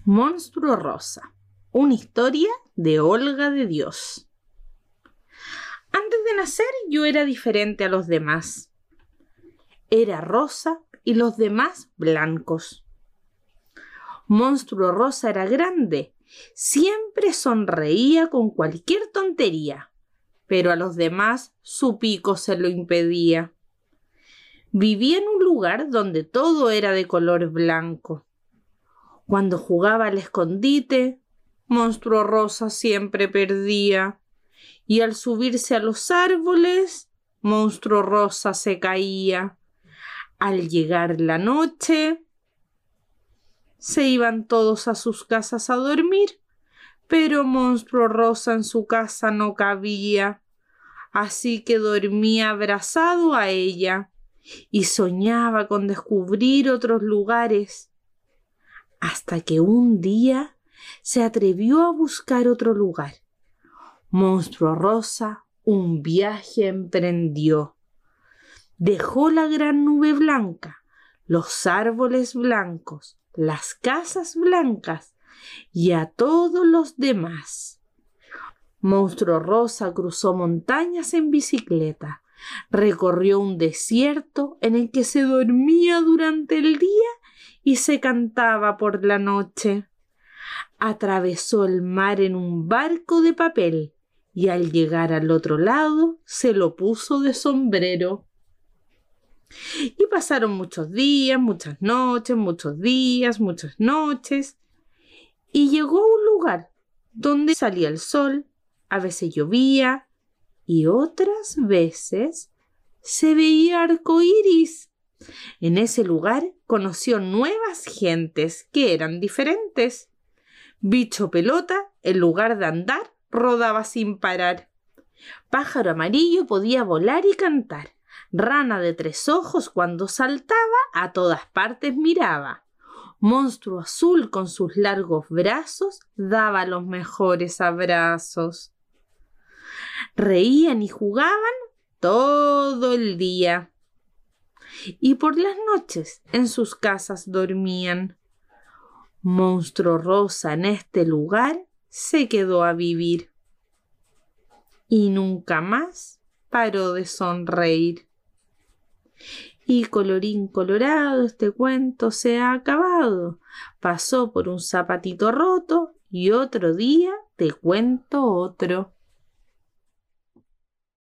Monstruo Rosa, una historia de Olga de Dios. Antes de nacer yo era diferente a los demás. Era rosa y los demás blancos. Monstruo Rosa era grande, siempre sonreía con cualquier tontería, pero a los demás su pico se lo impedía. Vivía en un lugar donde todo era de color blanco. Cuando jugaba al escondite, Monstruo Rosa siempre perdía. Y al subirse a los árboles, Monstruo Rosa se caía. Al llegar la noche, se iban todos a sus casas a dormir, pero Monstruo Rosa en su casa no cabía. Así que dormía abrazado a ella y soñaba con descubrir otros lugares. Hasta que un día se atrevió a buscar otro lugar. Monstruo Rosa un viaje emprendió. Dejó la gran nube blanca, los árboles blancos, las casas blancas y a todos los demás. Monstruo Rosa cruzó montañas en bicicleta, recorrió un desierto en el que se dormía durante el día y se cantaba por la noche. Atravesó el mar en un barco de papel y al llegar al otro lado se lo puso de sombrero. Y pasaron muchos días, muchas noches, muchos días, muchas noches, y llegó a un lugar donde salía el sol, a veces llovía y otras veces se veía arcoíris. En ese lugar conoció nuevas gentes que eran diferentes. Bicho Pelota, en lugar de andar, rodaba sin parar. Pájaro Amarillo podía volar y cantar. Rana de 3 ojos, cuando saltaba, a todas partes miraba. Monstruo Azul, con sus largos brazos, daba los mejores abrazos. Reían y jugaban todo el día. Y por las noches en sus casas dormían. Monstruo Rosa en este lugar se quedó a vivir. Y nunca más paró de sonreír. Y colorín colorado, este cuento se ha acabado. Pasó por un zapatito roto y otro día te cuento otro.